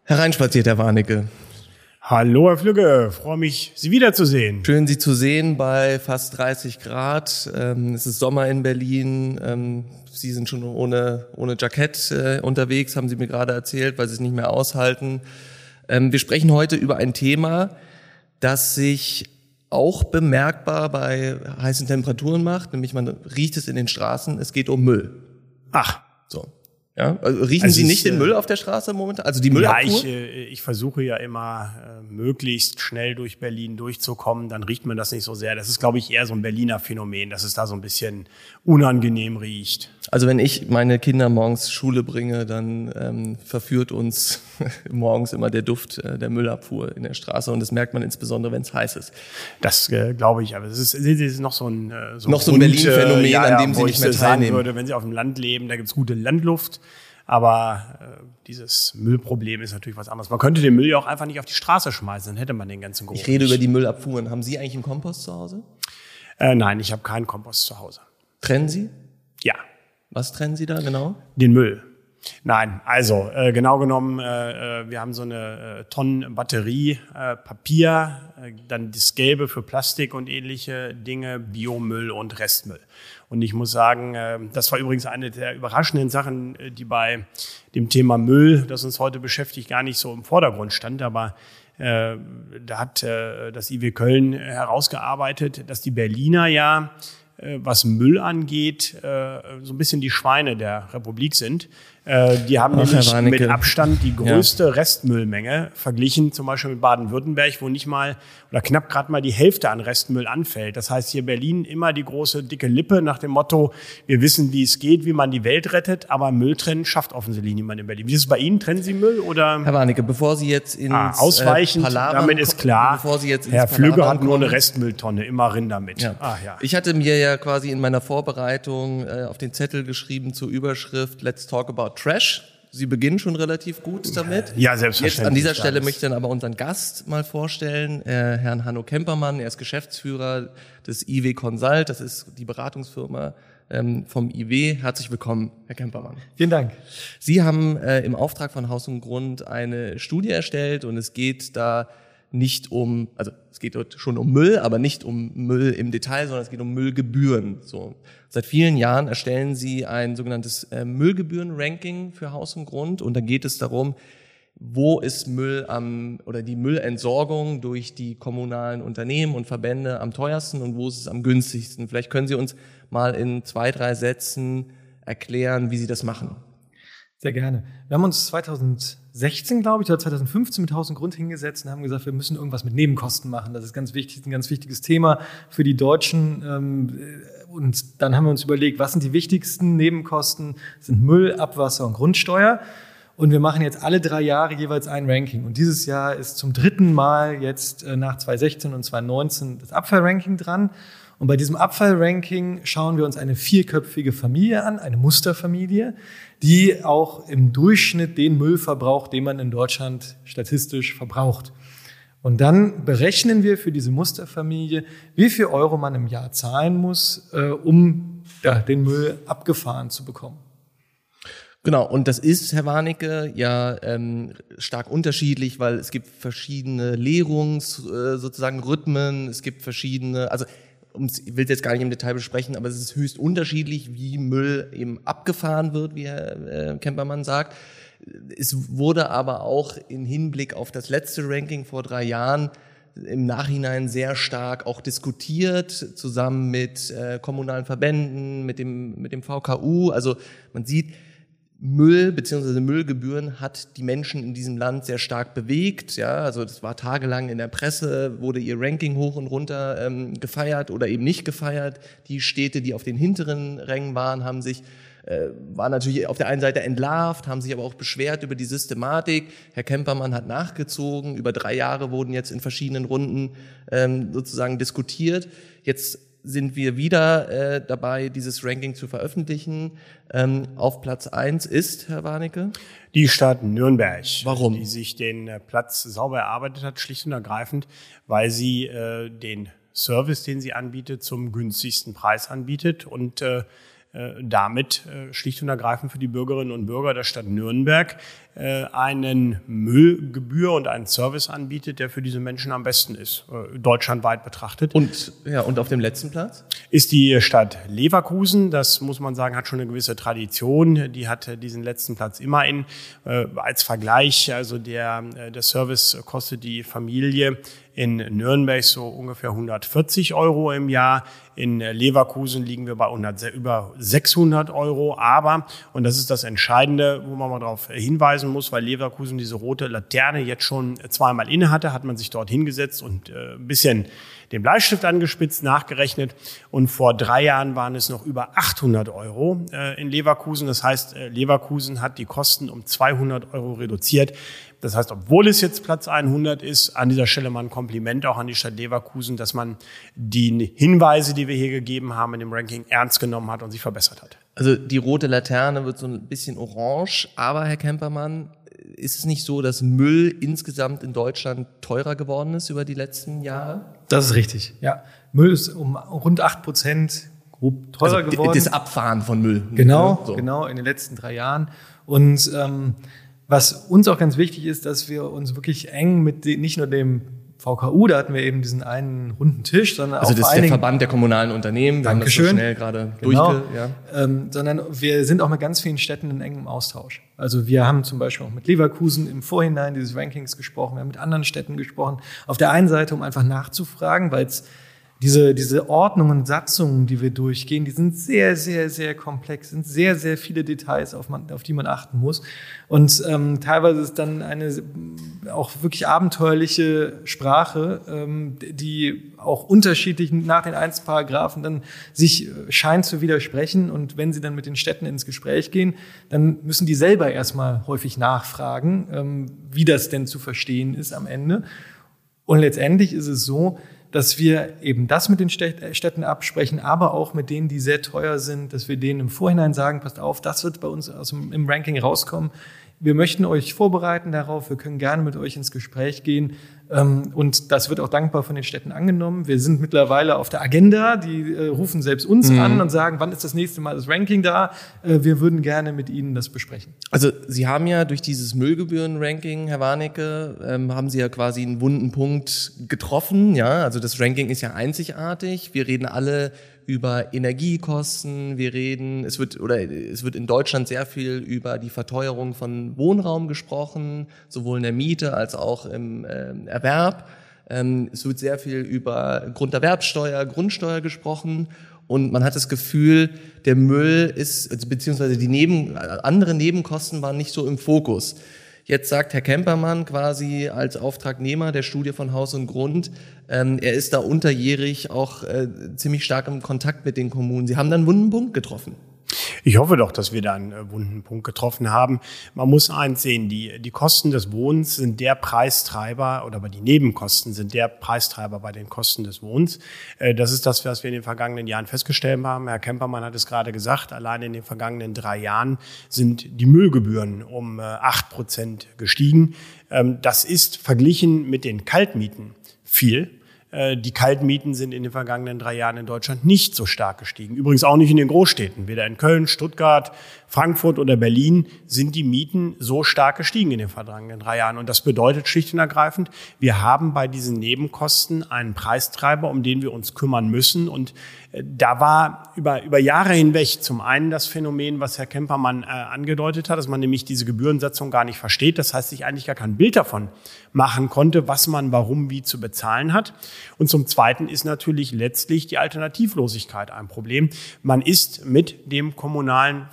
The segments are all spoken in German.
Hereinspaziert, Herr Warnecke. Hallo, Herr Flügge, freue mich, Sie wiederzusehen. Schön, Sie zu sehen bei fast 30 Grad. Es ist Sommer in Berlin. Sie sind schon ohne Jackett unterwegs, haben Sie mir gerade erzählt, weil Sie es nicht mehr aushalten. Wir sprechen heute über ein Thema, das sich auch bemerkbar bei heißen Temperaturen macht, nämlich man riecht es in den Straßen, es geht um Müll. Ach. So. Ja, also riechen Sie nicht den Müll auf der Straße momentan? Also die Müllabfuhr? Ja, ich versuche ja immer möglichst schnell durch Berlin durchzukommen, dann riecht man das nicht so sehr. Das ist, glaube ich, eher so ein Berliner Phänomen, dass es da so ein bisschen unangenehm riecht. Also wenn ich meine Kinder morgens Schule bringe, dann verführt uns morgens immer der Duft der Müllabfuhr in der Straße und das merkt man insbesondere, wenn es heiß ist. Das glaube ich, aber es ist noch so ein Berlin-Phänomen, an dem Sie nicht mehr teilnehmen. Würde, wenn Sie auf dem Land leben, da gibt's gute Landluft. Aber dieses Müllproblem ist natürlich was anderes. Man könnte den Müll ja auch einfach nicht auf die Straße schmeißen, dann hätte man den ganzen Geruch. Ich rede über die Müllabfuhren. Haben Sie eigentlich einen Kompost zu Hause? Nein, ich habe keinen Kompost zu Hause. Trennen Sie? Ja. Was trennen Sie da genau? Den Müll. Nein, also genau genommen, wir haben so eine Tonnenbatterie, Papier, dann das Gelbe für Plastik und ähnliche Dinge, Biomüll und Restmüll. Und ich muss sagen, das war übrigens eine der überraschenden Sachen, die bei dem Thema Müll, das uns heute beschäftigt, gar nicht so im Vordergrund stand. Aber da hat das IW Köln herausgearbeitet, dass die Berliner ja, was Müll angeht, so ein bisschen die Schweine der Republik sind. Die haben nämlich mit Abstand die größte Restmüllmenge verglichen, zum Beispiel mit Baden-Württemberg, wo nicht mal oder knapp gerade mal die Hälfte an Restmüll anfällt. Das heißt, hier Berlin immer die große, dicke Lippe nach dem Motto, wir wissen, wie es geht, wie man die Welt rettet, aber Müll trennen schafft offensichtlich niemand in Berlin. Wie ist es bei Ihnen? Trennen Sie Müll oder? Herr Warnecke, bevor Sie jetzt ins ausweichend, Palavern, damit ist klar, Herr Flügge hat nur eine Restmülltonne, immer rein damit. Ja. Ich hatte mir ja quasi in meiner Vorbereitung auf den Zettel geschrieben zur Überschrift Let's Talk About Trash. Sie beginnen schon relativ gut damit. Ja, selbstverständlich. Jetzt an dieser Stelle möchte ich dann aber unseren Gast mal vorstellen, Herrn Hanno Kempermann. Er ist Geschäftsführer des IW Consult. Das ist die Beratungsfirma vom IW. Herzlich willkommen, Herr Kempermann. Vielen Dank. Sie haben im Auftrag von Haus und Grund eine Studie erstellt und es geht da nicht um, also es geht dort schon um Müll, aber nicht um Müll im Detail, sondern es geht um Müllgebühren. So. Seit vielen Jahren erstellen Sie ein sogenanntes Müllgebühren-Ranking für Haus und Grund und da geht es darum, wo ist Müll oder die Müllentsorgung durch die kommunalen Unternehmen und Verbände am teuersten und wo ist es am günstigsten. Vielleicht können Sie uns mal in 2, 3 Sätzen erklären, wie Sie das machen. Sehr gerne. Wir haben uns 2016, glaube ich, oder 2015 mit Haus und Grund hingesetzt und haben gesagt, wir müssen irgendwas mit Nebenkosten machen. Das ist ganz wichtig, ein ganz wichtiges Thema für die Deutschen. Und dann haben wir uns überlegt, was sind die wichtigsten Nebenkosten? Das sind Müll, Abwasser und Grundsteuer. Und wir machen jetzt alle 3 Jahre jeweils ein Ranking. Und dieses Jahr ist zum 3. Mal jetzt nach 2016 und 2019 das Abfallranking dran. Und bei diesem Abfallranking schauen wir uns eine 4-köpfige Familie an, eine Musterfamilie, die auch im Durchschnitt den Müll verbraucht, den man in Deutschland statistisch verbraucht. Und dann berechnen wir für diese Musterfamilie, wie viel Euro man im Jahr zahlen muss, um den Müll abgefahren zu bekommen. Genau, und das ist, Herr Warnecke, ja stark unterschiedlich, weil es gibt verschiedene sozusagen Rhythmen, es gibt verschiedene, also ich will es jetzt gar nicht im Detail besprechen, aber es ist höchst unterschiedlich, wie Müll eben abgefahren wird, wie Herr Kempermann sagt. Es wurde aber auch im Hinblick auf das letzte Ranking vor 3 Jahren im Nachhinein sehr stark auch diskutiert, zusammen mit kommunalen Verbänden, mit dem VKU. Also man sieht, Müll bzw. Müllgebühren hat die Menschen in diesem Land sehr stark bewegt. Ja, also das war tagelang in der Presse, wurde ihr Ranking hoch und runter gefeiert oder eben nicht gefeiert. Die Städte, die auf den hinteren Rängen waren, waren natürlich auf der einen Seite entlarvt, haben sich aber auch beschwert über die Systematik. Herr Kempermann hat nachgezogen. Über 3 Jahre wurden jetzt in verschiedenen Runden sozusagen diskutiert. Jetzt sind wir wieder dabei, dieses Ranking zu veröffentlichen. Auf Platz 1 ist, Herr Warnecke? Die Stadt Nürnberg. Warum? Die sich den Platz sauber erarbeitet hat, schlicht und ergreifend, weil sie den Service, den sie anbietet, zum günstigsten Preis anbietet und damit schlicht und ergreifend für die Bürgerinnen und Bürger der Stadt Nürnberg einen Müllgebühr und einen Service anbietet, der für diese Menschen am besten ist, deutschlandweit betrachtet. Und auf dem letzten Platz? Ist die Stadt Leverkusen. Das muss man sagen, hat schon eine gewisse Tradition. Die hat diesen letzten Platz immer in. Als Vergleich, also der Service kostet die Familie in Nürnberg so ungefähr 140 € im Jahr. In Leverkusen liegen wir bei über 600 €. Aber, und das ist das Entscheidende, wo man mal darauf hinweisen muss, weil Leverkusen diese rote Laterne jetzt schon zweimal inne hatte, hat man sich dort hingesetzt und ein bisschen den Bleistift angespitzt, nachgerechnet. Und vor 3 Jahren waren es noch über 800 € in Leverkusen. Das heißt, Leverkusen hat die Kosten um 200 € reduziert. Das heißt, obwohl es jetzt Platz 100 ist, an dieser Stelle mal ein Kompliment auch an die Stadt Leverkusen, dass man die Hinweise, die wir hier gegeben haben in dem Ranking, ernst genommen hat und sich verbessert hat. Also die rote Laterne wird so ein bisschen orange, aber Herr Kempermann, ist es nicht so, dass Müll insgesamt in Deutschland teurer geworden ist über die letzten Jahre? Das ist richtig, ja. Müll ist um rund 8% grob teurer geworden. Das Abfahren von Müll. Genau, so. Genau, in den letzten 3 Jahren. Und was uns auch ganz wichtig ist, dass wir uns wirklich eng mit nicht nur dem VKU, da hatten wir eben diesen einen runden Tisch, sondern also auch das ist der Verband der kommunalen Unternehmen, wir haben das so schnell gerade sondern wir sind auch mit ganz vielen Städten in engem Austausch. Also wir haben zum Beispiel auch mit Leverkusen im Vorhinein dieses Rankings gesprochen, wir haben mit anderen Städten gesprochen. Auf der einen Seite, um einfach nachzufragen, weil es diese Ordnungen und Satzungen, die wir durchgehen, die sind sehr, sehr, sehr komplex, sind sehr, sehr viele Details, auf die man achten muss. Und teilweise ist dann eine auch wirklich abenteuerliche Sprache, die auch unterschiedlich nach den einzelnen Paragraphen dann sich scheint zu widersprechen. Und wenn sie dann mit den Städten ins Gespräch gehen, dann müssen die selber erstmal häufig nachfragen, wie das denn zu verstehen ist am Ende. Und letztendlich ist es so, dass wir eben das mit den Städten absprechen, aber auch mit denen, die sehr teuer sind, dass wir denen im Vorhinein sagen, passt auf, das wird bei uns im Ranking rauskommen. Wir möchten euch vorbereiten darauf, wir können gerne mit euch ins Gespräch gehen und das wird auch dankbar von den Städten angenommen. Wir sind mittlerweile auf der Agenda, die rufen selbst uns an und sagen, wann ist das nächste Mal das Ranking da? Wir würden gerne mit Ihnen das besprechen. Also Sie haben ja durch dieses Müllgebühren-Ranking, Herr Warnecke, haben Sie ja quasi einen wunden Punkt getroffen. Ja, also das Ranking ist ja einzigartig. Wir reden alle über Energiekosten, es wird in Deutschland sehr viel über die Verteuerung von Wohnraum gesprochen, sowohl in der Miete als auch im Erwerb. Es wird sehr viel über Grunderwerbsteuer, Grundsteuer gesprochen und man hat das Gefühl, der Müll ist, beziehungsweise die andere Nebenkosten waren nicht so im Fokus. Jetzt sagt Herr Kempermann quasi als Auftragnehmer der Studie von Haus und Grund, er ist da unterjährig auch ziemlich stark im Kontakt mit den Kommunen. Sie haben da einen wunden Punkt getroffen. Ich hoffe doch, dass wir da einen wunden Punkt getroffen haben. Man muss eins sehen, die Kosten des Wohnens sind der Preistreiber, oder die Nebenkosten sind der Preistreiber bei den Kosten des Wohnens. Das ist das, was wir in den vergangenen Jahren festgestellt haben. Herr Kempermann hat es gerade gesagt, allein in den vergangenen 3 Jahren sind die Müllgebühren um 8% gestiegen. Das ist verglichen mit den Kaltmieten viel. Die Kaltmieten sind in den vergangenen 3 Jahren in Deutschland nicht so stark gestiegen. Übrigens auch nicht in den Großstädten. Weder in Köln, Stuttgart, Frankfurt oder Berlin sind die Mieten so stark gestiegen in den vergangenen 3 Jahren. Und das bedeutet schlicht und ergreifend, wir haben bei diesen Nebenkosten einen Preistreiber, um den wir uns kümmern müssen. Und da war über Jahre hinweg zum einen das Phänomen, was Herr Kempermann angedeutet hat, dass man nämlich diese Gebührensatzung gar nicht versteht. Das heißt, sich eigentlich gar kein Bild davon machen konnte, was man warum wie zu bezahlen hat. Und zum Zweiten ist natürlich letztlich die Alternativlosigkeit ein Problem. Man muss dem kommunalen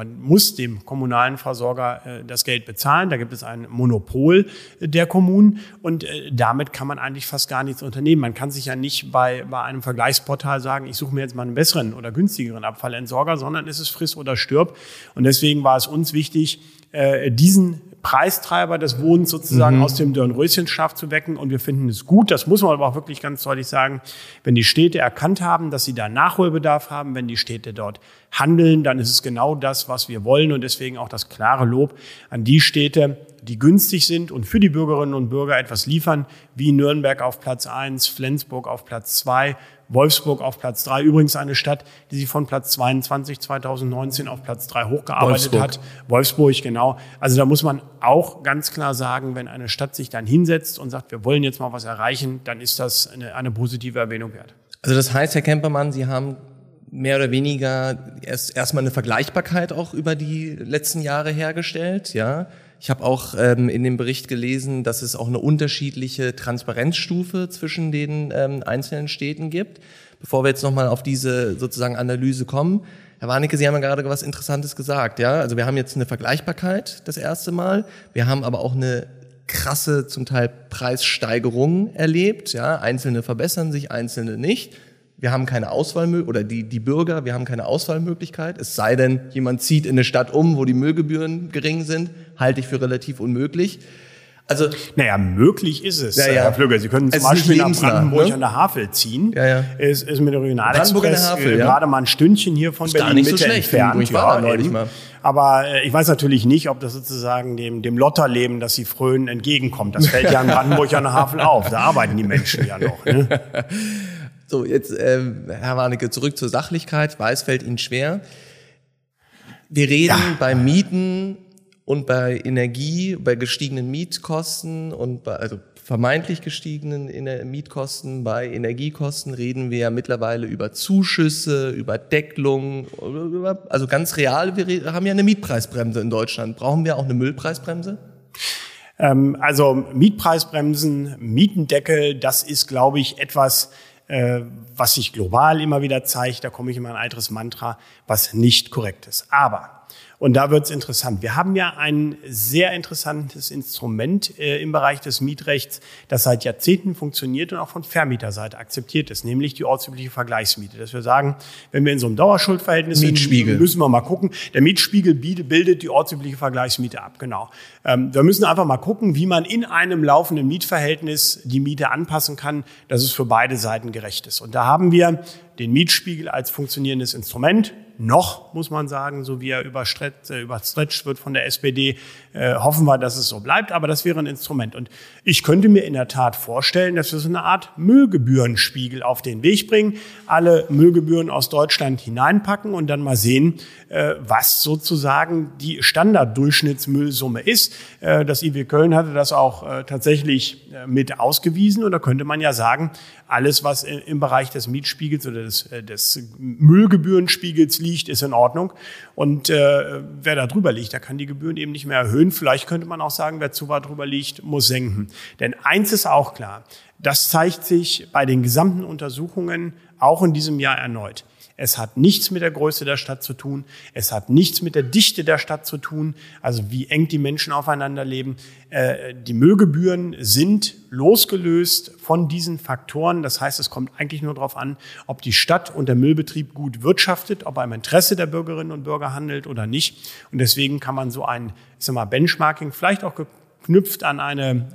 Versorger das Geld bezahlen. Da gibt es ein Monopol der Kommunen und damit kann man eigentlich fast gar nichts unternehmen. Man kann sich ja nicht bei einem Vergleichsportal sagen, ich suche mir jetzt mal einen besseren oder günstigeren Abfallentsorger, sondern es ist friss oder stirb. Und deswegen war es uns wichtig, diesen Preistreiber des Wohnens sozusagen aus dem Dornröschenschlaf zu wecken. Und wir finden es gut, das muss man aber auch wirklich ganz deutlich sagen, wenn die Städte erkannt haben, dass sie da Nachholbedarf haben, wenn die Städte dort handeln, dann ist es genau das, was wir wollen. Und deswegen auch das klare Lob an die Städte, die günstig sind und für die Bürgerinnen und Bürger etwas liefern, wie Nürnberg auf Platz 1, Flensburg auf Platz 2, Wolfsburg auf Platz 3. Übrigens eine Stadt, die sich von Platz 22 2019 auf Platz 3 hochgearbeitet hat. Wolfsburg, genau. Also da muss man auch ganz klar sagen, wenn eine Stadt sich dann hinsetzt und sagt, wir wollen jetzt mal was erreichen, dann ist das eine positive Erwähnung wert. Also das heißt, Herr Kempermann, Sie haben mehr oder weniger erstmal eine Vergleichbarkeit auch über die letzten Jahre hergestellt, ja. Ich habe auch in dem Bericht gelesen, dass es auch eine unterschiedliche Transparenzstufe zwischen den einzelnen Städten gibt. Bevor wir jetzt nochmal auf diese sozusagen Analyse kommen, Herr Warnecke, Sie haben ja gerade was Interessantes gesagt, ja. Also wir haben jetzt eine Vergleichbarkeit das erste Mal. Wir haben aber auch eine krasse, zum Teil Preissteigerung erlebt, ja. Einzelne verbessern sich, einzelne nicht. Wir haben keine Auswahlmöglichkeit, oder die Bürger, wir haben keine Auswahlmöglichkeit. Es sei denn, jemand zieht in eine Stadt um, wo die Müllgebühren gering sind, halte ich für relativ unmöglich. Also, naja, möglich ist es, Herr Pflüger. Sie können zum Beispiel nach Brandenburg an der Havel ziehen. Es ist mit der Regionalexpress gerade mal ein Stündchen hier von Berlin-Mitte entfernt. Ich war da neulich mal. Aber ich weiß natürlich nicht, ob das sozusagen dem Lotterleben, das Sie frönen, entgegenkommt. Das fällt ja in Brandenburg an der Havel auf. Da arbeiten die Menschen ja noch, ne? So, jetzt, Herr Warnecke, zurück zur Sachlichkeit. Ich weiß, fällt Ihnen schwer. Wir reden bei Mieten und bei Energie, bei gestiegenen Mietkosten und also vermeintlich gestiegenen Mietkosten, bei Energiekosten reden wir ja mittlerweile über Zuschüsse, über Deckelung, also ganz real, wir haben ja eine Mietpreisbremse in Deutschland. Brauchen wir auch eine Müllpreisbremse? Also Mietpreisbremsen, Mietendeckel, das ist, glaube ich, etwas, was sich global immer wieder zeigt, da komme ich immer ein altes Mantra, was nicht korrekt ist. Aber, und da wird es interessant, wir haben ja ein sehr interessantes Instrument im Bereich des Mietrechts, das seit Jahrzehnten funktioniert und auch von Vermieterseite akzeptiert ist, nämlich die ortsübliche Vergleichsmiete. Dass wir sagen, wenn wir in so einem Dauerschuldverhältnis sind, müssen wir mal gucken. Der Mietspiegel bildet die ortsübliche Vergleichsmiete ab, genau. Wir müssen einfach mal gucken, wie man in einem laufenden Mietverhältnis die Miete anpassen kann, dass es für beide Seiten gerecht ist. Und da haben wir den Mietspiegel als funktionierendes Instrument. Noch, muss man sagen, so wie er überstretcht wird von der SPD, hoffen wir, dass es so bleibt. Aber das wäre ein Instrument. Und ich könnte mir in der Tat vorstellen, dass wir so eine Art Müllgebührenspiegel auf den Weg bringen, alle Müllgebühren aus Deutschland hineinpacken und dann mal sehen, was sozusagen die Standarddurchschnittsmüllsumme ist. Das IW Köln hatte das auch tatsächlich mit ausgewiesen. Und da könnte man ja sagen, alles, was im Bereich des Mietspiegels oder des Müllgebührenspiegels liegt, ist in Ordnung. Und wer da drüber liegt, der kann die Gebühren eben nicht mehr erhöhen. Vielleicht könnte man auch sagen, wer zu weit drüber liegt, muss senken. Denn eins ist auch klar, das zeigt sich bei den gesamten Untersuchungen auch in diesem Jahr erneut. Es hat nichts mit der Größe der Stadt zu tun. Es hat nichts mit der Dichte der Stadt zu tun, also wie eng die Menschen aufeinander leben. Die Müllgebühren sind losgelöst von diesen Faktoren. Das heißt, es kommt eigentlich nur darauf an, ob die Stadt und der Müllbetrieb gut wirtschaftet, ob er im Interesse der Bürgerinnen und Bürger handelt oder nicht. Und deswegen kann man so ein, Benchmarking vielleicht auch geknüpft an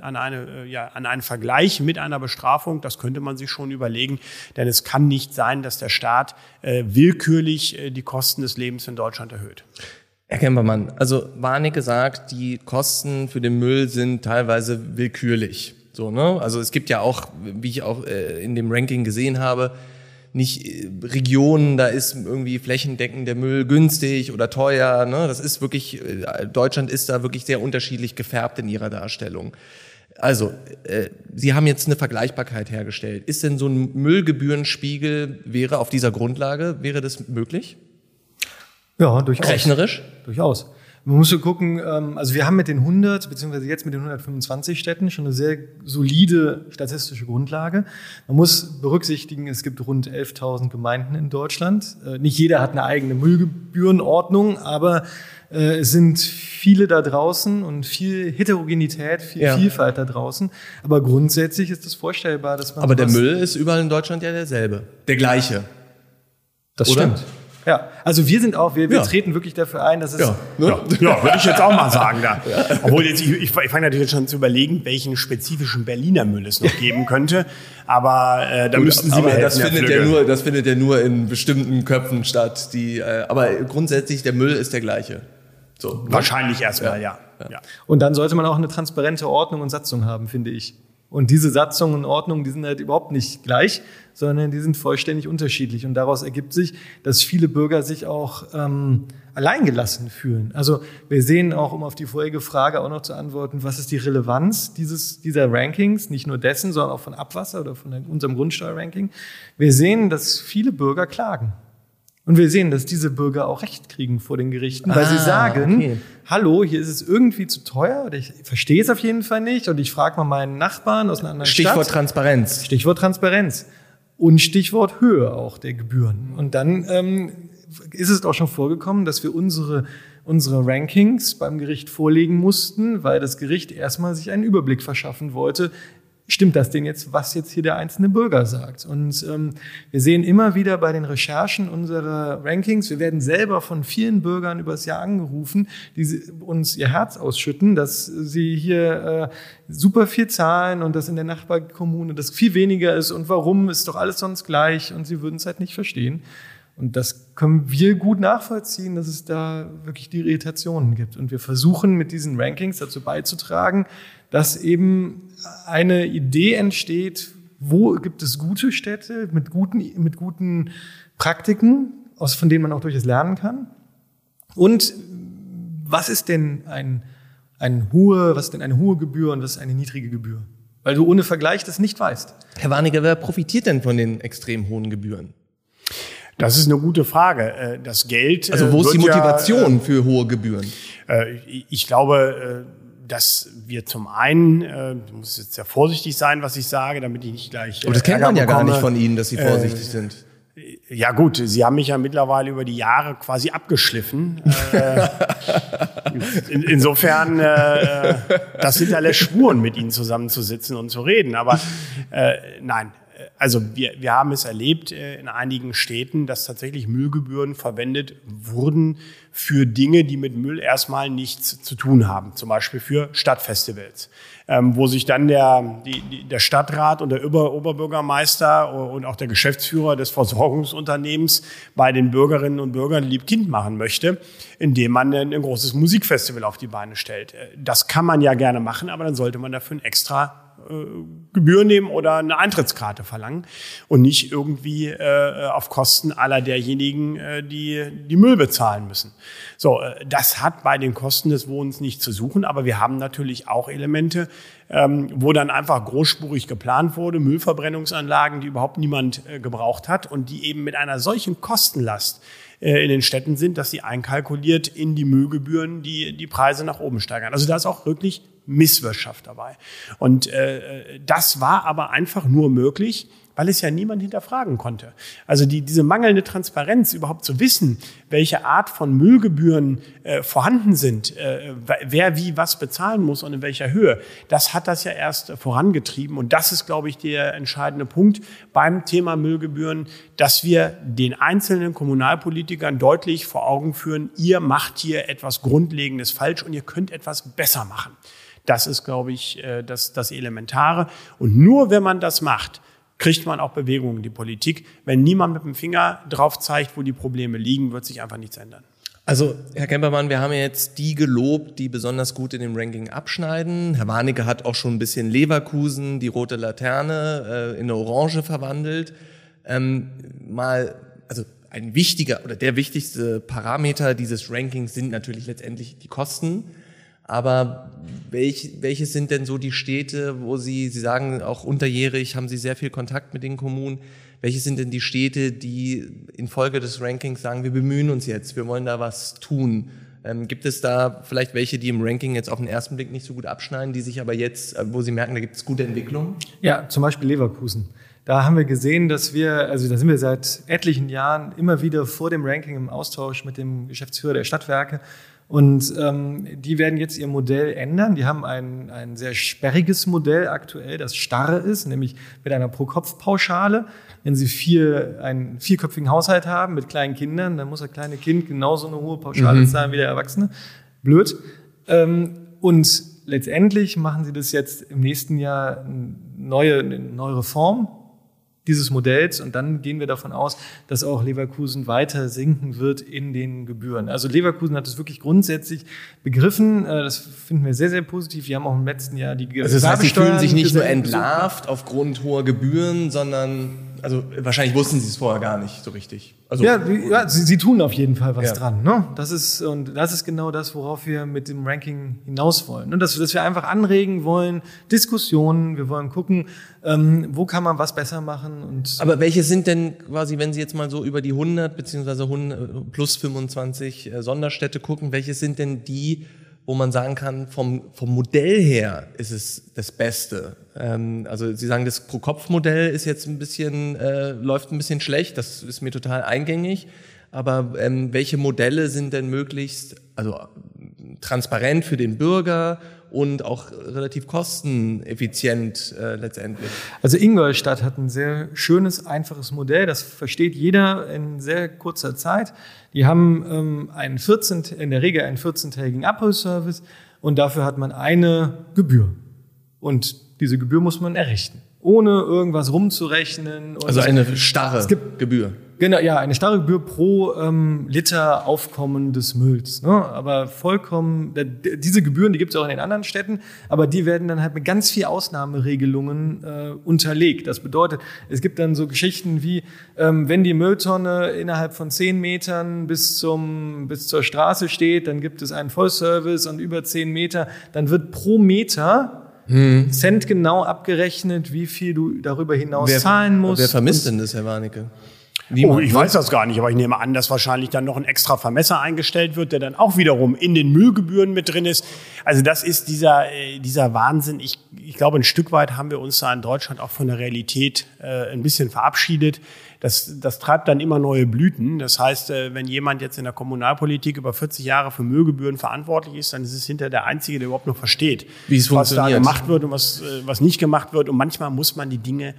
einen Vergleich mit einer Bestrafung. Das könnte man sich schon überlegen, denn es kann nicht sein, dass der Staat willkürlich die Kosten des Lebens in Deutschland erhöht. Herr Kempermann, also Warnecke sagt, die Kosten für den Müll sind teilweise willkürlich. So, ne? Also es gibt ja auch, wie ich auch in dem Ranking gesehen habe, nicht Regionen, da ist irgendwie flächendeckend der Müll günstig oder teuer. Ne? Das ist wirklich, Deutschland ist da wirklich sehr unterschiedlich gefärbt in ihrer Darstellung. Also, Sie haben jetzt eine Vergleichbarkeit hergestellt. Ist denn so ein Müllgebührenspiegel, wäre auf dieser Grundlage, wäre das möglich? Ja, durchaus. Rechnerisch? Durchaus. Man muss so gucken, also wir haben mit den 100, beziehungsweise jetzt mit den 125 Städten schon eine sehr solide statistische Grundlage. Man muss berücksichtigen, es gibt rund 11.000 Gemeinden in Deutschland. Nicht jeder hat eine eigene Müllgebührenordnung, aber es sind viele da draußen und viel Heterogenität, viel Vielfalt da draußen. Aber grundsätzlich ist es vorstellbar, dass man... Aber der Müll ist überall in Deutschland ja derselbe, der gleiche. Das stimmt. Ja, also wir sind auch, wir treten wirklich dafür ein, dass es... Ja, würde ich jetzt auch mal sagen. Da. Obwohl jetzt, ich fange natürlich jetzt schon zu überlegen, welchen spezifischen Berliner Müll es noch geben könnte. Aber da müssten Sie mir helfen. Das findet ja nur in bestimmten Köpfen statt. Aber grundsätzlich, der Müll ist der gleiche. So, wahrscheinlich erstmal, ja. Und dann sollte man auch eine transparente Ordnung und Satzung haben, finde ich. Und diese Satzungen und Ordnungen, die sind halt überhaupt nicht gleich, sondern die sind vollständig unterschiedlich. Und daraus ergibt sich, dass viele Bürger sich auch alleingelassen fühlen. Also wir sehen auch, um auf die vorherige Frage auch noch zu antworten, was ist die Relevanz dieser Rankings, nicht nur dessen, sondern auch von Abwasser oder von unserem Grundsteuerranking. Wir sehen, dass viele Bürger klagen. Und wir sehen, dass diese Bürger auch Recht kriegen vor den Gerichten, weil sie sagen, hallo, hier ist es irgendwie zu teuer oder ich verstehe es auf jeden Fall nicht und ich frage mal meinen Nachbarn aus einer anderen Stichwort Stadt. Transparenz. Stichwort Transparenz. Und Stichwort Höhe auch der Gebühren. Und dann ist es auch schon vorgekommen, dass wir unsere Rankings beim Gericht vorlegen mussten, weil das Gericht erstmal sich einen Überblick verschaffen wollte. Stimmt das denn jetzt, was jetzt hier der einzelne Bürger sagt? Und wir sehen immer wieder bei den Recherchen unserer Rankings, wir werden selber von vielen Bürgern über das Jahr angerufen, die uns ihr Herz ausschütten, dass sie hier super viel zahlen und dass in der Nachbarkommune das viel weniger ist und warum, ist doch alles sonst gleich und sie würden es halt nicht verstehen. Und das können wir gut nachvollziehen, dass es da wirklich die Irritationen gibt. Und wir versuchen mit diesen Rankings dazu beizutragen, dass eben eine Idee entsteht, wo gibt es gute Städte mit guten Praktiken, von denen man auch durchaus lernen kann. Und was ist denn eine hohe Gebühr und was ist eine niedrige Gebühr? Weil du ohne Vergleich das nicht weißt. Herr Warnecke, wer profitiert denn von den extrem hohen Gebühren? Das ist eine gute Frage. Das Geld. Also wo ist die Motivation für hohe Gebühren? Ich glaube, dass wir zum einen, ich muss jetzt sehr vorsichtig sein, was ich sage, damit ich nicht gleich. Aber das kennt man ja gar nicht von Ihnen, dass Sie vorsichtig sind. Ja gut, Sie haben mich ja mittlerweile über die Jahre quasi abgeschliffen. Insofern, das hinterlässt Spuren, mit Ihnen zusammenzusitzen und zu reden. Aber nein. Also wir haben es erlebt in einigen Städten, dass tatsächlich Müllgebühren verwendet wurden für Dinge, die mit Müll erstmal nichts zu tun haben. Zum Beispiel für Stadtfestivals, wo sich dann der Stadtrat und der Oberbürgermeister und auch der Geschäftsführer des Versorgungsunternehmens bei den Bürgerinnen und Bürgern lieb Kind machen möchte, indem man ein großes Musikfestival auf die Beine stellt. Das kann man ja gerne machen, aber dann sollte man dafür ein extra Gebühr nehmen oder eine Eintrittskarte verlangen und nicht irgendwie auf Kosten aller derjenigen, die Müll bezahlen müssen. So, das hat bei den Kosten des Wohnens nicht zu suchen, aber wir haben natürlich auch Elemente, wo dann einfach großspurig geplant wurde, Müllverbrennungsanlagen, die überhaupt niemand gebraucht hat und die eben mit einer solchen Kostenlast in den Städten sind, dass sie einkalkuliert in die Müllgebühren die Preise nach oben steigern. Also da ist auch wirklich Misswirtschaft dabei. Und das war aber einfach nur möglich, weil es ja niemand hinterfragen konnte. Also diese mangelnde Transparenz, überhaupt zu wissen, welche Art von Müllgebühren vorhanden sind, wer wie was bezahlen muss und in welcher Höhe, das hat das ja erst vorangetrieben. Und das ist, glaube ich, der entscheidende Punkt beim Thema Müllgebühren, dass wir den einzelnen Kommunalpolitikern deutlich vor Augen führen, ihr macht hier etwas Grundlegendes falsch und ihr könnt etwas besser machen. Das ist, glaube ich, das Elementare. Und nur wenn man das macht, kriegt man auch Bewegung in die Politik. Wenn niemand mit dem Finger drauf zeigt, wo die Probleme liegen, wird sich einfach nichts ändern. Also, Herr Kempermann, wir haben ja jetzt die gelobt, die besonders gut in dem Ranking abschneiden. Herr Warnecke hat auch schon ein bisschen Leverkusen, die rote Laterne, in eine Orange verwandelt. Also ein wichtiger oder der wichtigste Parameter dieses Rankings sind natürlich letztendlich die Kosten. Aber welche sind denn so die Städte, wo Sie sagen, auch unterjährig haben Sie sehr viel Kontakt mit den Kommunen. Welche sind denn die Städte, die infolge des Rankings sagen, wir bemühen uns jetzt, wir wollen da was tun? Gibt es da vielleicht welche, die im Ranking jetzt auf den ersten Blick nicht so gut abschneiden, die sich aber jetzt, wo Sie merken, da gibt es gute Entwicklungen? Ja, zum Beispiel Leverkusen. Da haben wir gesehen, da sind wir seit etlichen Jahren immer wieder vor dem Ranking im Austausch mit dem Geschäftsführer der Stadtwerke. Und die werden jetzt ihr Modell ändern. Die haben ein sehr sperriges Modell aktuell, das starre ist, nämlich mit einer Pro-Kopf-Pauschale. Wenn Sie einen vierköpfigen Haushalt haben mit kleinen Kindern, dann muss das kleine Kind genauso eine hohe Pauschale zahlen wie der Erwachsene. Blöd. Und letztendlich machen Sie das jetzt im nächsten Jahr eine neue Reform dieses Modells und dann gehen wir davon aus, dass auch Leverkusen weiter sinken wird in den Gebühren. Also Leverkusen hat es wirklich grundsätzlich begriffen, das finden wir sehr, sehr positiv. Wir haben auch im letzten Jahr die Also das heißt, Sie fühlen sich nicht nur entlarvt aufgrund hoher Gebühren, sondern Also wahrscheinlich wussten Sie es vorher gar nicht so richtig. Also, Sie tun auf jeden Fall was Ja. dran. Ne? Das ist genau das, worauf wir mit dem Ranking hinaus wollen. Und dass wir einfach anregen wollen, Diskussionen, wir wollen gucken, wo kann man was besser machen. Aber welche sind denn quasi, wenn Sie jetzt mal so über die 100 beziehungsweise 100 plus 25 Sonderstädte gucken, welche sind denn die, wo man sagen kann, vom Modell her ist es das Beste? Also Sie sagen, das Pro-Kopf-Modell ist jetzt läuft ein bisschen schlecht, das ist mir total eingängig. Aber welche Modelle sind denn möglichst, also transparent für den Bürger und auch relativ kosteneffizient letztendlich? Also Ingolstadt hat ein sehr schönes, einfaches Modell, das versteht jeder in sehr kurzer Zeit. Die haben in der Regel einen 14-tägigen Abholservice und dafür hat man eine Gebühr. Und diese Gebühr muss man errechnen, ohne irgendwas rumzurechnen. Und Also eine starre Gebühr. Genau, ja, eine starre Gebühr pro Liter Aufkommen des Mülls. Ne? Aber vollkommen, diese Gebühren, die gibt es auch in den anderen Städten, aber die werden dann halt mit ganz viel Ausnahmeregelungen unterlegt. Das bedeutet, es gibt dann so Geschichten wie, wenn die Mülltonne innerhalb von 10 Metern bis zur Straße steht, dann gibt es einen Vollservice und über 10 Meter, dann wird pro Meter Cent genau abgerechnet, wie viel du darüber hinaus zahlen musst. Wer vermisst denn das, Herr Warnecke? Ich weiß das gar nicht, aber ich nehme an, dass wahrscheinlich dann noch ein extra Vermesser eingestellt wird, der dann auch wiederum in den Müllgebühren mit drin ist. Also das ist dieser Wahnsinn. Ich glaube, ein Stück weit haben wir uns da in Deutschland auch von der Realität ein bisschen verabschiedet. Das treibt dann immer neue Blüten. Das heißt, wenn jemand jetzt in der Kommunalpolitik über 40 Jahre für Müllgebühren verantwortlich ist, dann ist es hinterher der Einzige, der überhaupt noch versteht, wie es was da funktioniert. gemacht wird und was nicht gemacht wird. Und manchmal muss man die Dinge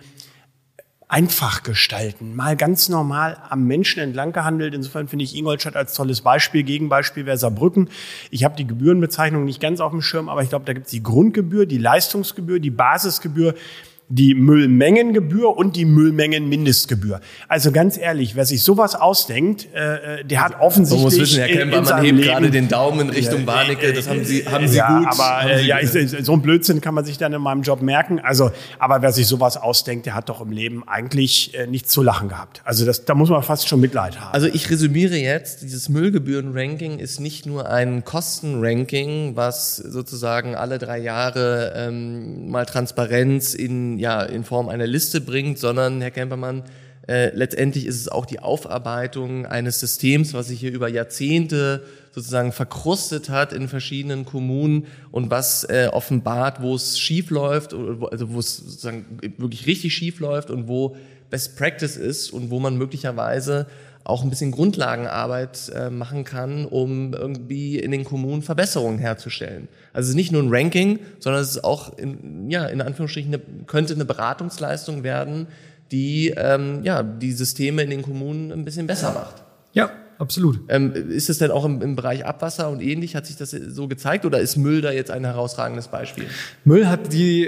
einfach gestalten, mal ganz normal am Menschen entlang gehandelt. Insofern finde ich Ingolstadt als tolles Beispiel. Gegenbeispiel wäre Saarbrücken. Ich habe die Gebührenbezeichnung nicht ganz auf dem Schirm, aber ich glaube, da gibt es die Grundgebühr, die Leistungsgebühr, die Basisgebühr, die Müllmengengebühr und die Müllmengenmindestgebühr. Also ganz ehrlich, wer sich sowas ausdenkt, der hat offensichtlich man muss wissen, Herr Kemper, man hebt gerade den Daumen in Richtung Warnecke, das haben Sie gut. Aber so ein Blödsinn kann man sich dann in meinem Job merken. Also, aber wer sich sowas ausdenkt, der hat doch im Leben eigentlich nichts zu lachen gehabt. Also da muss man fast schon Mitleid haben. Also ich resümiere jetzt, dieses Müllgebühren-Ranking ist nicht nur ein Kostenranking, was sozusagen alle 3 Jahre mal Transparenz in Form einer Liste bringt, sondern, Herr Kempermann, letztendlich ist es auch die Aufarbeitung eines Systems, was sich hier über Jahrzehnte sozusagen verkrustet hat in verschiedenen Kommunen und was offenbart, wo es schief läuft, also wo es sozusagen wirklich richtig schief läuft und wo Best Practice ist und wo man möglicherweise auch ein bisschen Grundlagenarbeit machen kann, um irgendwie in den Kommunen Verbesserungen herzustellen. Also es ist nicht nur ein Ranking, sondern es ist auch in Anführungsstrichen könnte eine Beratungsleistung werden, die die Systeme in den Kommunen ein bisschen besser macht. Ja, absolut. Ist es denn auch im Bereich Abwasser und ähnlich? Hat sich das so gezeigt oder ist Müll da jetzt ein herausragendes Beispiel? Müll hat die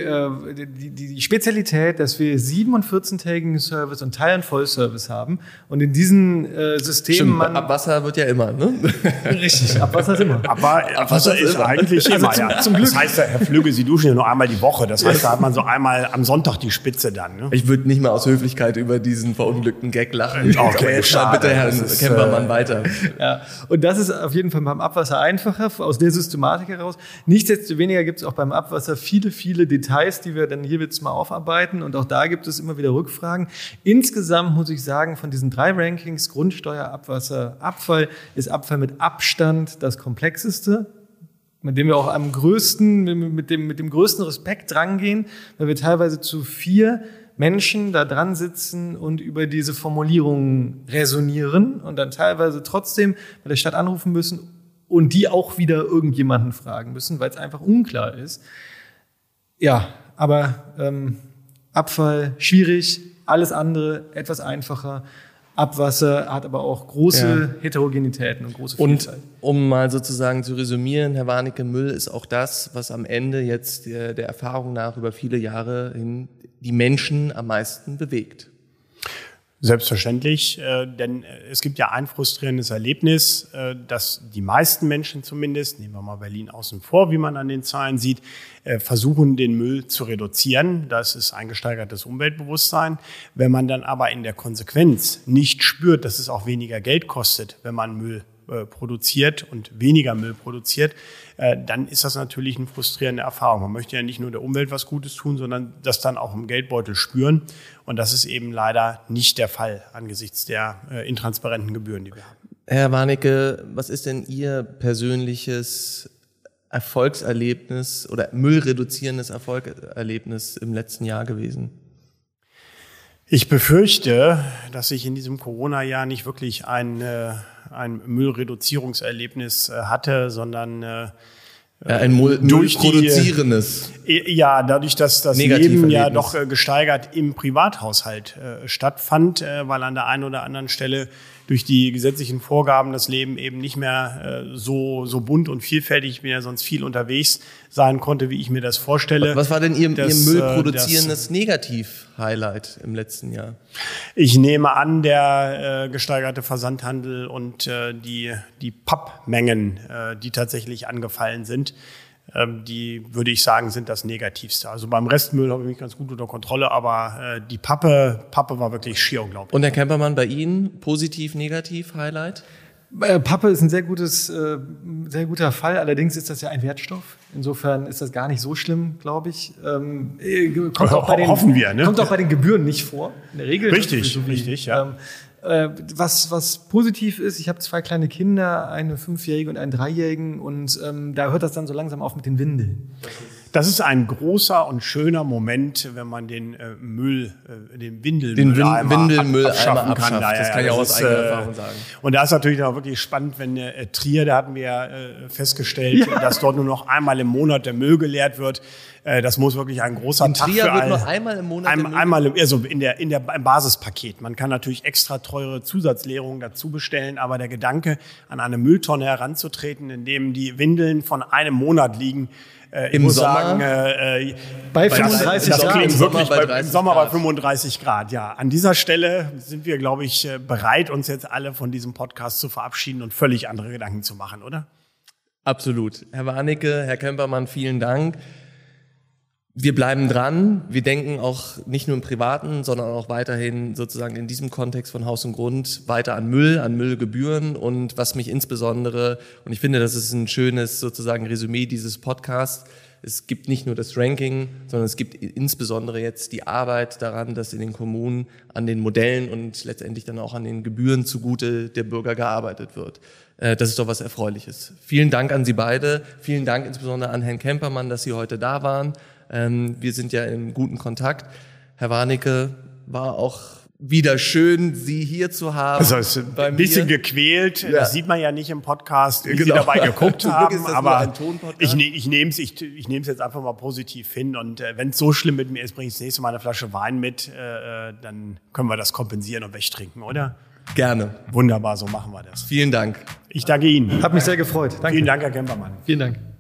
Spezialität, dass wir 7- und 14-tägigen Service und Teil- und Vollservice haben. Und in diesen Systemen... Abwasser wird ja immer, ne? Richtig, Abwasser ist immer. Abwasser ist eigentlich immer, zum Glück. Das heißt, Herr Flügge, Sie duschen ja nur einmal die Woche. Das heißt, da hat man so einmal am Sonntag die Spitze dann. Ne? Ich würde nicht mal aus Höflichkeit über diesen verunglückten Gag lachen. Okay, aber jetzt schade. bitte Herrn Kempermann weiter. Ja, und das ist auf jeden Fall beim Abwasser einfacher, aus der Systematik heraus. Nichtsdestoweniger gibt es auch beim Abwasser viele, viele Details, die wir dann hier jetzt mal aufarbeiten. Und auch da gibt es immer wieder Rückfragen. Insgesamt muss ich sagen, von diesen 3 Rankings, Grundsteuer, Abwasser, Abfall, ist Abfall mit Abstand das komplexeste, mit dem wir auch mit dem größten Respekt drangehen, weil wir teilweise zu 4 Menschen da dran sitzen und über diese Formulierungen resonieren und dann teilweise trotzdem bei der Stadt anrufen müssen und die auch wieder irgendjemanden fragen müssen, weil es einfach unklar ist. Ja, aber Abfall schwierig, alles andere etwas einfacher. Abwasser hat aber auch große Heterogenitäten und große Vielfalt. Und um mal sozusagen zu resümieren, Herr Warnecke, Müll ist auch das, was am Ende jetzt der Erfahrung nach über viele Jahre hin die Menschen am meisten bewegt. Selbstverständlich, denn es gibt ja ein frustrierendes Erlebnis, dass die meisten Menschen zumindest, nehmen wir mal Berlin außen vor, wie man an den Zahlen sieht, versuchen, den Müll zu reduzieren. Das ist ein gesteigertes Umweltbewusstsein. Wenn man dann aber in der Konsequenz nicht spürt, dass es auch weniger Geld kostet, wenn man Müll produziert und weniger Müll produziert, dann ist das natürlich eine frustrierende Erfahrung. Man möchte ja nicht nur der Umwelt was Gutes tun, sondern das dann auch im Geldbeutel spüren. Und das ist eben leider nicht der Fall angesichts der intransparenten Gebühren, die wir haben. Herr Warnecke, was ist denn Ihr persönliches Erfolgserlebnis oder müllreduzierendes Erfolgserlebnis im letzten Jahr gewesen? Ich befürchte, dass ich in diesem Corona-Jahr nicht wirklich ein Müllreduzierungserlebnis hatte, sondern ein müllproduzierendes. Dadurch, dass das Leben ja doch gesteigert im Privathaushalt stattfand, weil an der einen oder anderen Stelle durch die gesetzlichen Vorgaben das Leben eben nicht mehr so bunt und vielfältig, ich bin ja sonst viel unterwegs, sein konnte, wie ich mir das vorstelle. Was war denn Ihr müllproduzierendes Negativ-Highlight im letzten Jahr? Ich nehme an, der gesteigerte Versandhandel und die Pappmengen, die tatsächlich angefallen sind. Die, würde ich sagen, sind das Negativste. Also beim Restmüll habe ich mich ganz gut unter Kontrolle, aber die Pappe war wirklich schier unglaublich. Und Herr Kempermann, bei Ihnen positiv, negativ, Highlight? Pappe ist ein sehr guter Fall. Allerdings ist das ja ein Wertstoff. Insofern ist das gar nicht so schlimm, glaube ich. Hoffen wir, ne? Kommt auch bei den Gebühren nicht vor. In der Regel. Richtig, ja. Was positiv ist, ich habe 2 kleine Kinder, eine 5-Jährige und einen 3-Jährigen, und da hört das dann so langsam auf mit den Windeln. Das ist ein großer und schöner Moment, wenn man den Windelmülleimer abschaffen kann. Das kann ich auch aus eigener Erfahrung sagen. Und da ist natürlich auch wirklich spannend, wenn Trier, da hatten wir festgestellt, dass dort nur noch einmal im Monat der Müll geleert wird. Das muss wirklich ein großer Tag Trier für alle. Wird noch einmal im Monat im Basispaket. Man kann natürlich extra teure Zusatzleerungen dazu bestellen, aber der Gedanke, an eine Mülltonne heranzutreten, in dem die Windeln von einem Monat liegen, im Sommer bei 35 Grad. Das klingt wirklich im Sommer Grad. bei 35 Grad. Ja, an dieser Stelle sind wir, glaube ich, bereit, uns jetzt alle von diesem Podcast zu verabschieden und völlig andere Gedanken zu machen, oder? Absolut. Herr Warnecke, Herr Kempermann, vielen Dank. Wir bleiben dran. Wir denken auch nicht nur im Privaten, sondern auch weiterhin sozusagen in diesem Kontext von Haus und Grund weiter an Müllgebühren, und was mich insbesondere, und ich finde, das ist ein schönes sozusagen Resümee dieses Podcasts, es gibt nicht nur das Ranking, sondern es gibt insbesondere jetzt die Arbeit daran, dass in den Kommunen an den Modellen und letztendlich dann auch an den Gebühren zugute der Bürger gearbeitet wird. Das ist doch was Erfreuliches. Vielen Dank an Sie beide. Vielen Dank insbesondere an Herrn Kempermann, dass Sie heute da waren. Wir sind ja in guten Kontakt. Herr Warnecke, war auch wieder schön, Sie hier zu haben. Also es ist ein bisschen gequält, das sieht man ja nicht im Podcast, wie Sie dabei geguckt haben, aber ich nehme es jetzt einfach mal positiv hin, und wenn es so schlimm mit mir ist, bringe ich das nächste Mal eine Flasche Wein mit, dann können wir das kompensieren und wegtrinken, oder? Gerne. Wunderbar, so machen wir das. Vielen Dank. Ich danke Ihnen. Hat mich sehr gefreut. Danke. Vielen Dank, Herr Kempermann. Vielen Dank.